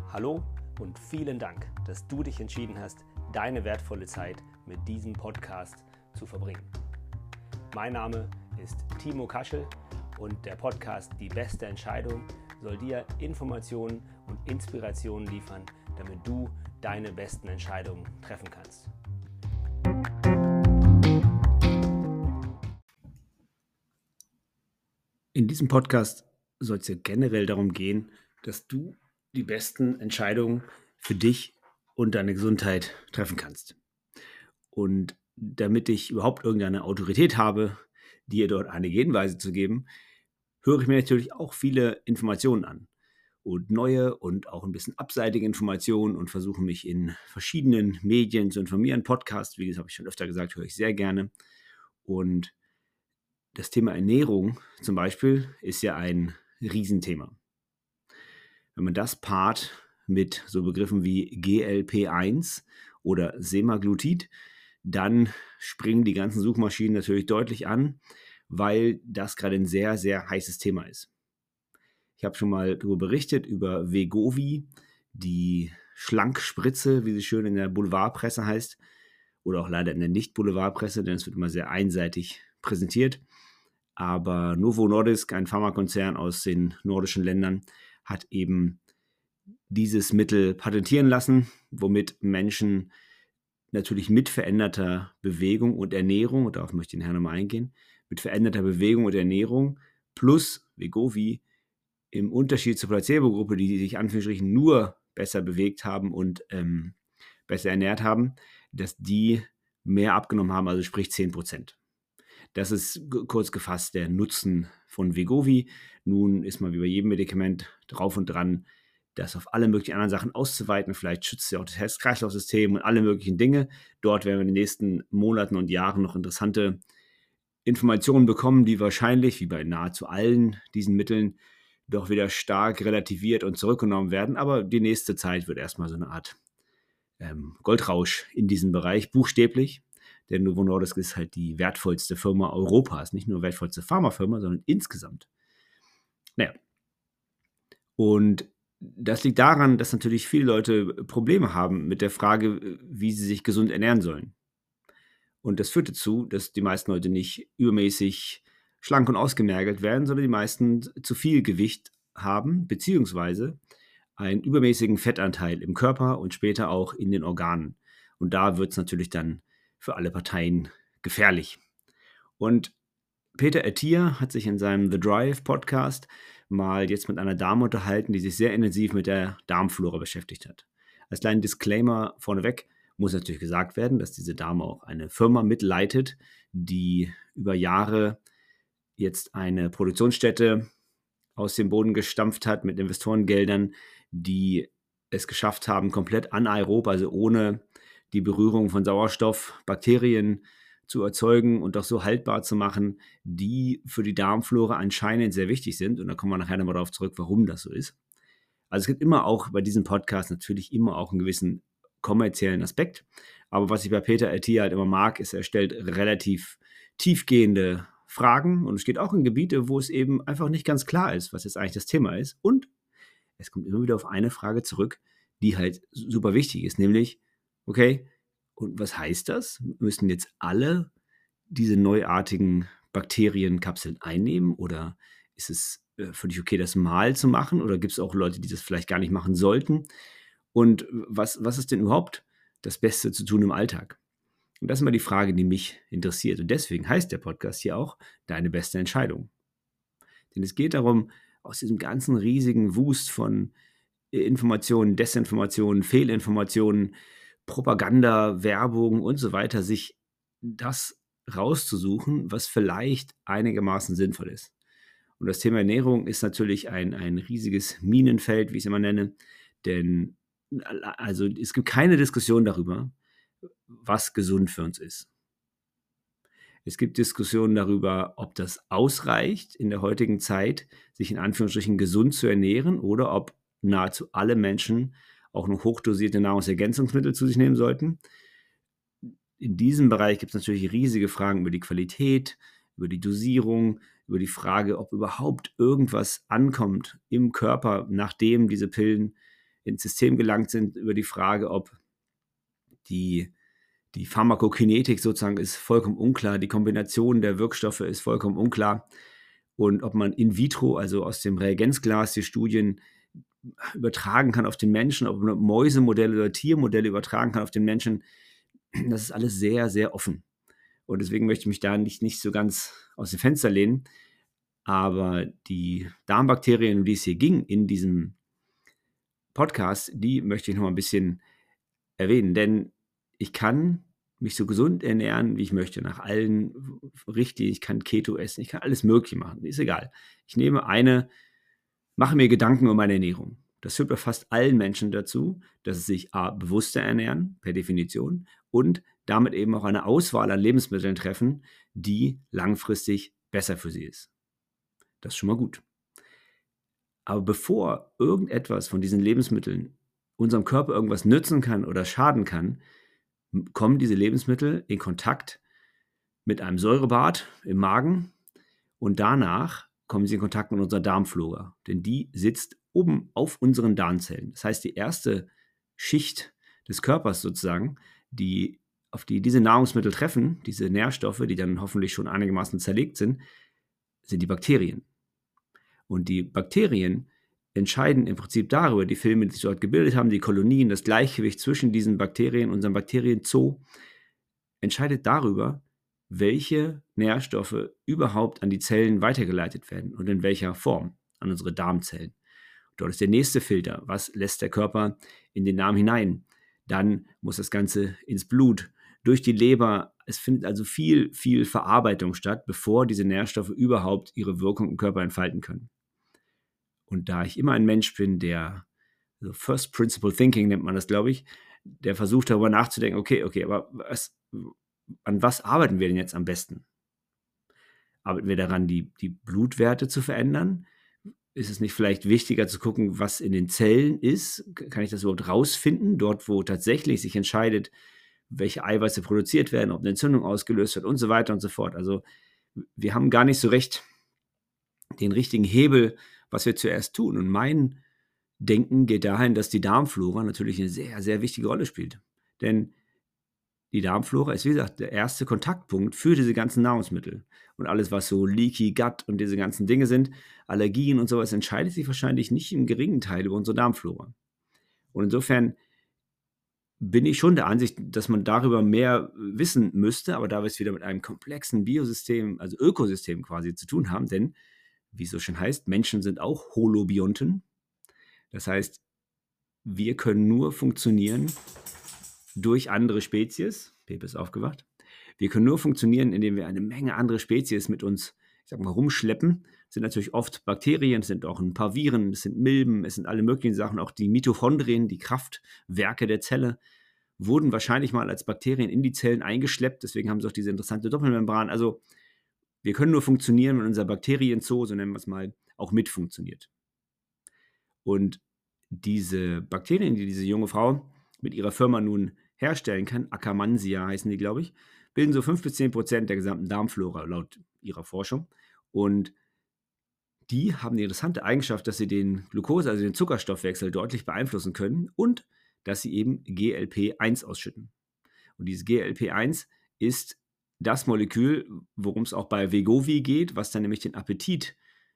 Hallo und vielen Dank, dass du dich entschieden hast, deine wertvolle Zeit mit diesem Podcast zu verbringen. Mein Name ist Timo Kaschel und der Podcast Die beste Entscheidung soll dir Informationen und Inspirationen liefern, damit du deine besten Entscheidungen treffen kannst. In diesem Podcast soll es ja generell darum gehen, dass du die besten Entscheidungen für dich und deine Gesundheit treffen kannst. Und damit ich überhaupt irgendeine Autorität habe, dir dort einige Hinweise zu geben, höre ich mir natürlich auch viele Informationen an und neue und auch ein bisschen abseitige Informationen und versuche mich in verschiedenen Medien zu informieren. Podcasts, wie gesagt, habe ich schon öfter gesagt, höre ich sehr gerne. Und das Thema Ernährung zum Beispiel ist ja ein Riesenthema. Wenn man das paart mit so Begriffen wie GLP-1 oder Semaglutid, dann springen die ganzen Suchmaschinen natürlich deutlich an, weil das gerade ein sehr, sehr heißes Thema ist. Ich habe schon mal darüber berichtet, über Wegovy, die Schlankspritze, wie sie schön in der Boulevardpresse heißt, oder auch leider in der Nicht-Boulevardpresse, denn es wird immer sehr einseitig präsentiert. Aber Novo Nordisk, ein Pharmakonzern aus den nordischen Ländern, hat eben dieses Mittel patentieren lassen, womit Menschen natürlich mit veränderter Bewegung und Ernährung, und darauf möchte ich nachher nochmal eingehen, mit veränderter Bewegung und Ernährung plus Wegovy im Unterschied zur Placebo-Gruppe, die sich Anführungsstrichen nur besser bewegt haben und besser ernährt haben, dass die mehr abgenommen haben, also sprich 10%. Das ist kurz gefasst der Nutzen von Wegovy. Nun ist man wie bei jedem Medikament drauf und dran, das auf alle möglichen anderen Sachen auszuweiten. Vielleicht schützt es ja auch das Herz-Kreislauf-System und alle möglichen Dinge. Dort werden wir in den nächsten Monaten und Jahren noch interessante Informationen bekommen, die wahrscheinlich, wie bei nahezu allen diesen Mitteln, doch wieder stark relativiert und zurückgenommen werden. Aber die nächste Zeit wird erstmal so eine Art Goldrausch in diesem Bereich, buchstäblich. Denn Novo Nordisk ist halt die wertvollste Firma Europas. Nicht nur wertvollste Pharmafirma, sondern insgesamt. Naja. Und das liegt daran, dass natürlich viele Leute Probleme haben mit der Frage, wie sie sich gesund ernähren sollen. Und das führt dazu, dass die meisten Leute nicht übermäßig schlank und ausgemergelt werden, sondern die meisten zu viel Gewicht haben, beziehungsweise einen übermäßigen Fettanteil im Körper und später auch in den Organen. Und da wird es natürlich dann für alle Parteien gefährlich. Und Peter Attia hat sich in seinem The Drive Podcast mal jetzt mit einer Dame unterhalten, die sich sehr intensiv mit der Darmflora beschäftigt hat. Als kleinen Disclaimer vorneweg muss natürlich gesagt werden, dass diese Dame auch eine Firma mitleitet, die über Jahre jetzt eine Produktionsstätte aus dem Boden gestampft hat mit Investorengeldern, die es geschafft haben, komplett anaerob, also ohne die Berührung von Sauerstoff, Bakterien zu erzeugen und auch so haltbar zu machen, die für die Darmflora anscheinend sehr wichtig sind. Und da kommen wir nachher nochmal darauf zurück, warum das so ist. Also es gibt immer auch bei diesem Podcast natürlich immer auch einen gewissen kommerziellen Aspekt. Aber was ich bei Peter Attia halt immer mag, ist, er stellt relativ tiefgehende Fragen und es geht auch in Gebiete, wo es eben einfach nicht ganz klar ist, was jetzt eigentlich das Thema ist. Und es kommt immer wieder auf eine Frage zurück, die halt super wichtig ist, nämlich, okay, und was heißt das? Müssen jetzt alle diese neuartigen Bakterienkapseln einnehmen oder ist es für dich okay, das mal zu machen oder gibt es auch Leute, die das vielleicht gar nicht machen sollten? Und was ist denn überhaupt das Beste zu tun im Alltag? Und das ist immer die Frage, die mich interessiert. Und deswegen heißt der Podcast hier auch Deine beste Entscheidung. Denn es geht darum, aus diesem ganzen riesigen Wust von Informationen, Desinformationen, Fehlinformationen, Propaganda, Werbung und so weiter, sich das rauszusuchen, was vielleicht einigermaßen sinnvoll ist. Und das Thema Ernährung ist natürlich ein riesiges Minenfeld, wie ich es immer nenne, denn also es gibt keine Diskussion darüber, was gesund für uns ist. Es gibt Diskussionen darüber, ob das ausreicht in der heutigen Zeit, sich in Anführungsstrichen gesund zu ernähren oder ob nahezu alle Menschen auch noch hochdosierte Nahrungsergänzungsmittel zu sich nehmen sollten. In diesem Bereich gibt es natürlich riesige Fragen über die Qualität, über die Dosierung, über die Frage, ob überhaupt irgendwas ankommt im Körper, nachdem diese Pillen ins System gelangt sind, über die Frage, ob die Pharmakokinetik sozusagen ist vollkommen unklar, die Kombination der Wirkstoffe ist vollkommen unklar und ob man in vitro, also aus dem Reagenzglas, die Studien übertragen kann auf den Menschen, ob man Mäusemodelle oder Tiermodelle übertragen kann auf den Menschen, das ist alles sehr, sehr offen. Und deswegen möchte ich mich da nicht so ganz aus dem Fenster lehnen. Aber die Darmbakterien, um die es hier ging in diesem Podcast, die möchte ich noch mal ein bisschen erwähnen. Denn ich kann mich so gesund ernähren, wie ich möchte, nach allen Richtlinien. Ich kann Keto essen, ich kann alles Mögliche machen, ist egal. Ich mache mir Gedanken um meine Ernährung. Das führt bei fast allen Menschen dazu, dass sie sich bewusster ernähren, per Definition, und damit eben auch eine Auswahl an Lebensmitteln treffen, die langfristig besser für sie ist. Das ist schon mal gut. Aber bevor irgendetwas von diesen Lebensmitteln unserem Körper irgendwas nützen kann oder schaden kann, kommen diese Lebensmittel in Kontakt mit einem Säurebad im Magen und danach kommen sie in Kontakt mit unserer Darmflora, denn die sitzt oben auf unseren Darmzellen. Das heißt, die erste Schicht des Körpers sozusagen, auf die diese Nahrungsmittel treffen, diese Nährstoffe, die dann hoffentlich schon einigermaßen zerlegt sind die Bakterien. Und die Bakterien entscheiden im Prinzip darüber, die Filme, die sich dort gebildet haben, die Kolonien, das Gleichgewicht zwischen diesen Bakterien, unserem Bakterienzoo, entscheidet darüber, welche Nährstoffe überhaupt an die Zellen weitergeleitet werden und in welcher Form an unsere Darmzellen. Dort ist der nächste Filter. Was lässt der Körper in den Darm hinein? Dann muss das Ganze ins Blut, durch die Leber. Es findet also viel, viel Verarbeitung statt, bevor diese Nährstoffe überhaupt ihre Wirkung im Körper entfalten können. Und da ich immer ein Mensch bin, der, also First Principle Thinking nennt man das, glaube ich, der versucht darüber nachzudenken, okay, aber an was arbeiten wir denn jetzt am besten? Arbeiten wir daran, die Blutwerte zu verändern? Ist es nicht vielleicht wichtiger zu gucken, was in den Zellen ist? Kann ich das überhaupt rausfinden? Dort, wo tatsächlich sich entscheidet, welche Eiweiße produziert werden, ob eine Entzündung ausgelöst wird und so weiter und so fort. Also wir haben gar nicht so recht den richtigen Hebel, was wir zuerst tun. Und mein Denken geht dahin, dass die Darmflora natürlich eine sehr, sehr wichtige Rolle spielt. Denn die Darmflora ist, wie gesagt, der erste Kontaktpunkt für diese ganzen Nahrungsmittel. Und alles, was so Leaky Gut und diese ganzen Dinge sind, Allergien und sowas, entscheidet sich wahrscheinlich nicht im geringen Teil über unsere Darmflora. Und insofern bin ich schon der Ansicht, dass man darüber mehr wissen müsste, aber da wir es wieder mit einem komplexen Biosystem, also Ökosystem quasi zu tun haben, denn, wie es so schön heißt, Menschen sind auch Holobionten. Das heißt, wir können nur funktionieren durch andere Spezies. Pepe ist aufgewacht. Wir können nur funktionieren, indem wir eine Menge andere Spezies mit uns, ich sag mal, rumschleppen. Das sind natürlich oft Bakterien, es sind auch ein paar Viren, es sind Milben, es sind alle möglichen Sachen. Auch die Mitochondrien, die Kraftwerke der Zelle, wurden wahrscheinlich mal als Bakterien in die Zellen eingeschleppt. Deswegen haben sie auch diese interessante Doppelmembran. Also wir können nur funktionieren, wenn unser Bakterienzoo, so nennen wir es mal, auch mit funktioniert. Und diese Bakterien, die diese junge Frau mit ihrer Firma nun herstellen kann, Akkermansia heißen die, glaube ich, bilden so 5-10% der gesamten Darmflora laut ihrer Forschung. Und die haben die interessante Eigenschaft, dass sie den Glucose, also den Zuckerstoffwechsel, deutlich beeinflussen können und dass sie eben GLP-1 ausschütten. Und dieses GLP-1 ist das Molekül, worum es auch bei Wegovy geht, was dann nämlich den Appetit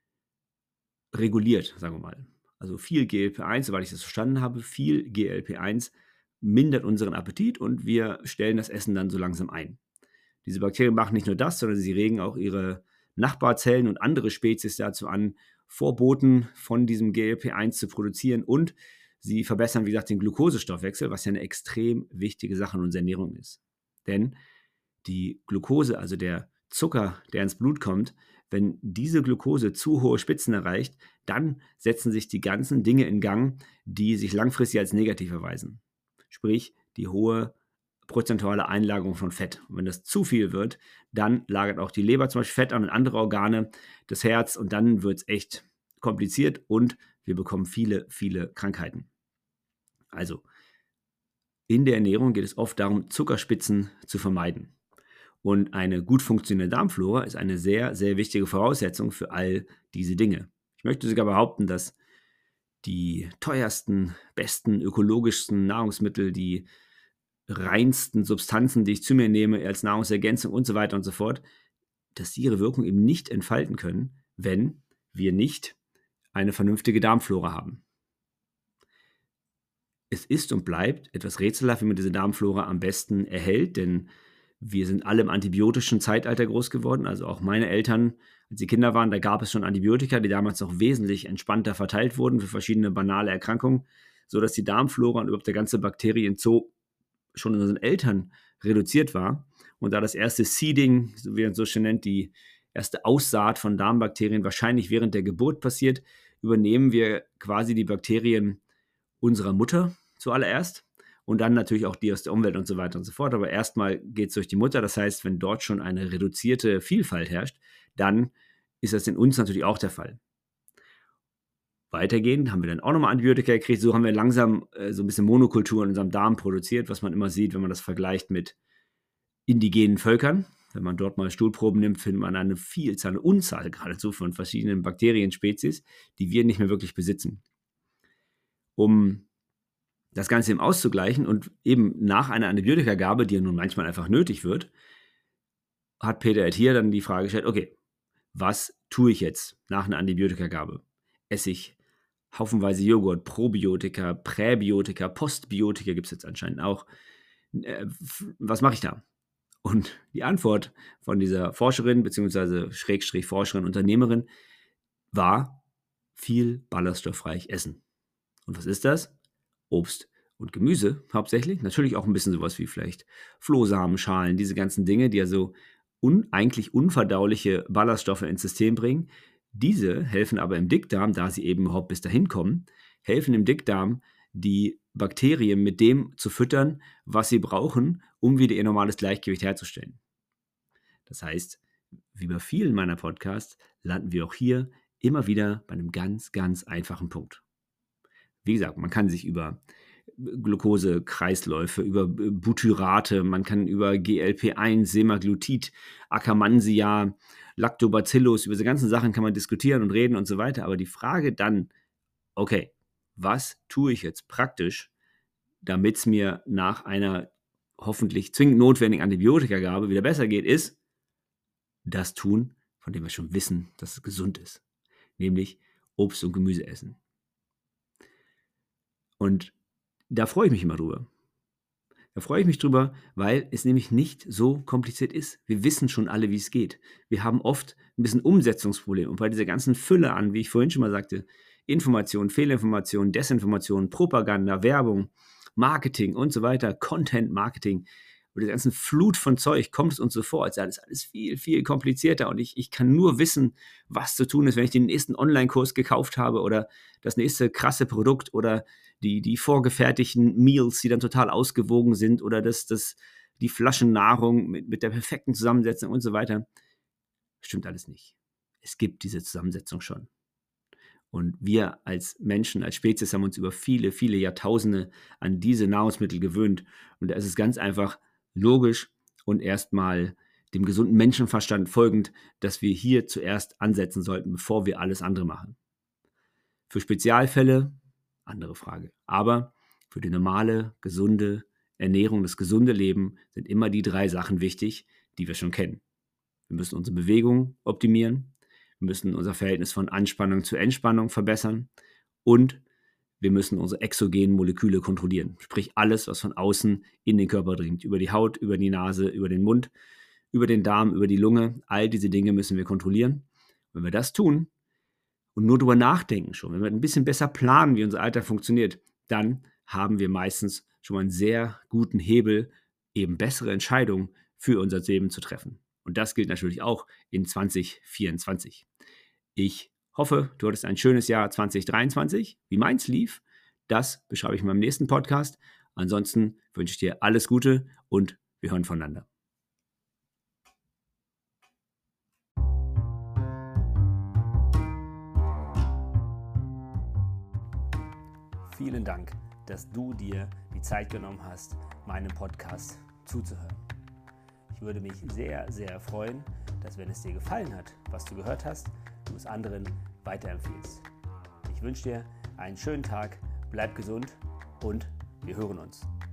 reguliert, sagen wir mal. Also viel GLP-1, soweit ich das verstanden habe, viel GLP-1 mindert unseren Appetit und wir stellen das Essen dann so langsam ein. Diese Bakterien machen nicht nur das, sondern sie regen auch ihre Nachbarzellen und andere Spezies dazu an, Vorboten von diesem GLP-1 zu produzieren und sie verbessern, wie gesagt, den Glukosestoffwechsel, was ja eine extrem wichtige Sache in unserer Ernährung ist. Denn die Glucose, also der Zucker, der ins Blut kommt, wenn diese Glucose zu hohe Spitzen erreicht, dann setzen sich die ganzen Dinge in Gang, die sich langfristig als negativ erweisen. Sprich, die hohe prozentuale Einlagerung von Fett. Und wenn das zu viel wird, dann lagert auch die Leber zum Beispiel Fett an und andere Organe, das Herz, und dann wird es echt kompliziert und wir bekommen viele, viele Krankheiten. Also, in der Ernährung geht es oft darum, Zuckerspitzen zu vermeiden. Und eine gut funktionierende Darmflora ist eine sehr, sehr wichtige Voraussetzung für all diese Dinge. Ich möchte sogar behaupten, dass die teuersten, besten, ökologischsten Nahrungsmittel, die reinsten Substanzen, die ich zu mir nehme als Nahrungsergänzung und so weiter und so fort, dass die ihre Wirkung eben nicht entfalten können, wenn wir nicht eine vernünftige Darmflora haben. Es ist und bleibt etwas rätselhaft, wie man diese Darmflora am besten erhält, denn wir sind alle im antibiotischen Zeitalter groß geworden, also auch meine Eltern, als sie Kinder waren, da gab es schon Antibiotika, die damals noch wesentlich entspannter verteilt wurden für verschiedene banale Erkrankungen, sodass die Darmflora und überhaupt der ganze Bakterienzoo schon in unseren Eltern reduziert war. Und da das erste Seeding, so wie man es so schön nennt, die erste Aussaat von Darmbakterien wahrscheinlich während der Geburt passiert, übernehmen wir quasi die Bakterien unserer Mutter zuallererst und dann natürlich auch die aus der Umwelt und so weiter und so fort. Aber erstmal geht es durch die Mutter. Das heißt, wenn dort schon eine reduzierte Vielfalt herrscht, dann ist das in uns natürlich auch der Fall. Weitergehend haben wir dann auch nochmal Antibiotika gekriegt. So haben wir langsam so ein bisschen Monokultur in unserem Darm produziert, was man immer sieht, wenn man das vergleicht mit indigenen Völkern. Wenn man dort mal Stuhlproben nimmt, findet man eine Vielzahl, eine Unzahl geradezu von verschiedenen Bakterienspezies, die wir nicht mehr wirklich besitzen. Um das Ganze eben auszugleichen und eben nach einer Antibiotikagabe, die ja nun manchmal einfach nötig wird, hat Peter hier dann die Frage gestellt, okay, was tue ich jetzt nach einer Antibiotikagabe? Esse ich haufenweise Joghurt, Probiotika, Präbiotika, Postbiotika gibt es jetzt anscheinend auch. Was mache ich da? Und die Antwort von dieser Forscherin bzw. Forscherin, Unternehmerin war viel ballaststoffreich essen. Und was ist das? Obst und Gemüse hauptsächlich. Natürlich auch ein bisschen sowas wie vielleicht Flohsamen, Schalen, diese ganzen Dinge, die ja so eigentlich unverdauliche Ballaststoffe ins System bringen. Diese helfen aber im Dickdarm, da sie eben überhaupt bis dahin kommen, helfen im Dickdarm, die Bakterien mit dem zu füttern, was sie brauchen, um wieder ihr normales Gleichgewicht herzustellen. Das heißt, wie bei vielen meiner Podcasts, landen wir auch hier immer wieder bei einem ganz, ganz einfachen Punkt. Wie gesagt, man kann sich über Glukosekreisläufe, über Butyrate, man kann über GLP-1, Semaglutid, Akkermansia, Lactobacillus, über diese ganzen Sachen kann man diskutieren und reden und so weiter. Aber die Frage dann, okay, was tue ich jetzt praktisch, damit es mir nach einer hoffentlich zwingend notwendigen Antibiotikagabe wieder besser geht, ist das tun, von dem wir schon wissen, dass es gesund ist. Nämlich Obst und Gemüse essen. Und da freue ich mich immer drüber. Da freue ich mich drüber, weil es nämlich nicht so kompliziert ist. Wir wissen schon alle, wie es geht. Wir haben oft ein bisschen Umsetzungsprobleme. Und bei dieser ganzen Fülle an, wie ich vorhin schon mal sagte, Informationen, Fehlinformationen, Desinformationen, Propaganda, Werbung, Marketing und so weiter, Content Marketing und der ganzen Flut von Zeug kommt es uns so vor, als sei das alles viel, viel komplizierter und ich kann nur wissen, was zu tun ist, wenn ich den nächsten Online-Kurs gekauft habe oder das nächste krasse Produkt oder die vorgefertigten Meals, die dann total ausgewogen sind oder die Flaschennahrung mit der perfekten Zusammensetzung und so weiter. Stimmt alles nicht. Es gibt diese Zusammensetzung schon. Und wir als Menschen, als Spezies haben uns über viele, viele Jahrtausende an diese Nahrungsmittel gewöhnt. Und da ist es ganz einfach logisch und erstmal dem gesunden Menschenverstand folgend, dass wir hier zuerst ansetzen sollten, bevor wir alles andere machen. Für Spezialfälle, andere Frage. Aber für die normale, gesunde Ernährung, das gesunde Leben sind immer die 3 Sachen wichtig, die wir schon kennen. Wir müssen unsere Bewegung optimieren. Wir müssen unser Verhältnis von Anspannung zu Entspannung verbessern und wir müssen unsere exogenen Moleküle kontrollieren. Sprich alles, was von außen in den Körper dringt. Über die Haut, über die Nase, über den Mund, über den Darm, über die Lunge. All diese Dinge müssen wir kontrollieren. Wenn wir das tun und nur darüber nachdenken schon, wenn wir ein bisschen besser planen, wie unser Alltag funktioniert, dann haben wir meistens schon mal einen sehr guten Hebel, eben bessere Entscheidungen für unser Leben zu treffen. Und das gilt natürlich auch in 2024. Ich hoffe, du hattest ein schönes Jahr 2023. Wie meins lief, das beschreibe ich in meinem nächsten Podcast. Ansonsten wünsche ich dir alles Gute und wir hören voneinander. Vielen Dank, dass du dir die Zeit genommen hast, meinem Podcast zuzuhören. Ich würde mich sehr, sehr freuen, dass, wenn es dir gefallen hat, was du gehört hast, du es anderen weiterempfiehlst. Ich wünsche dir einen schönen Tag, bleib gesund und wir hören uns.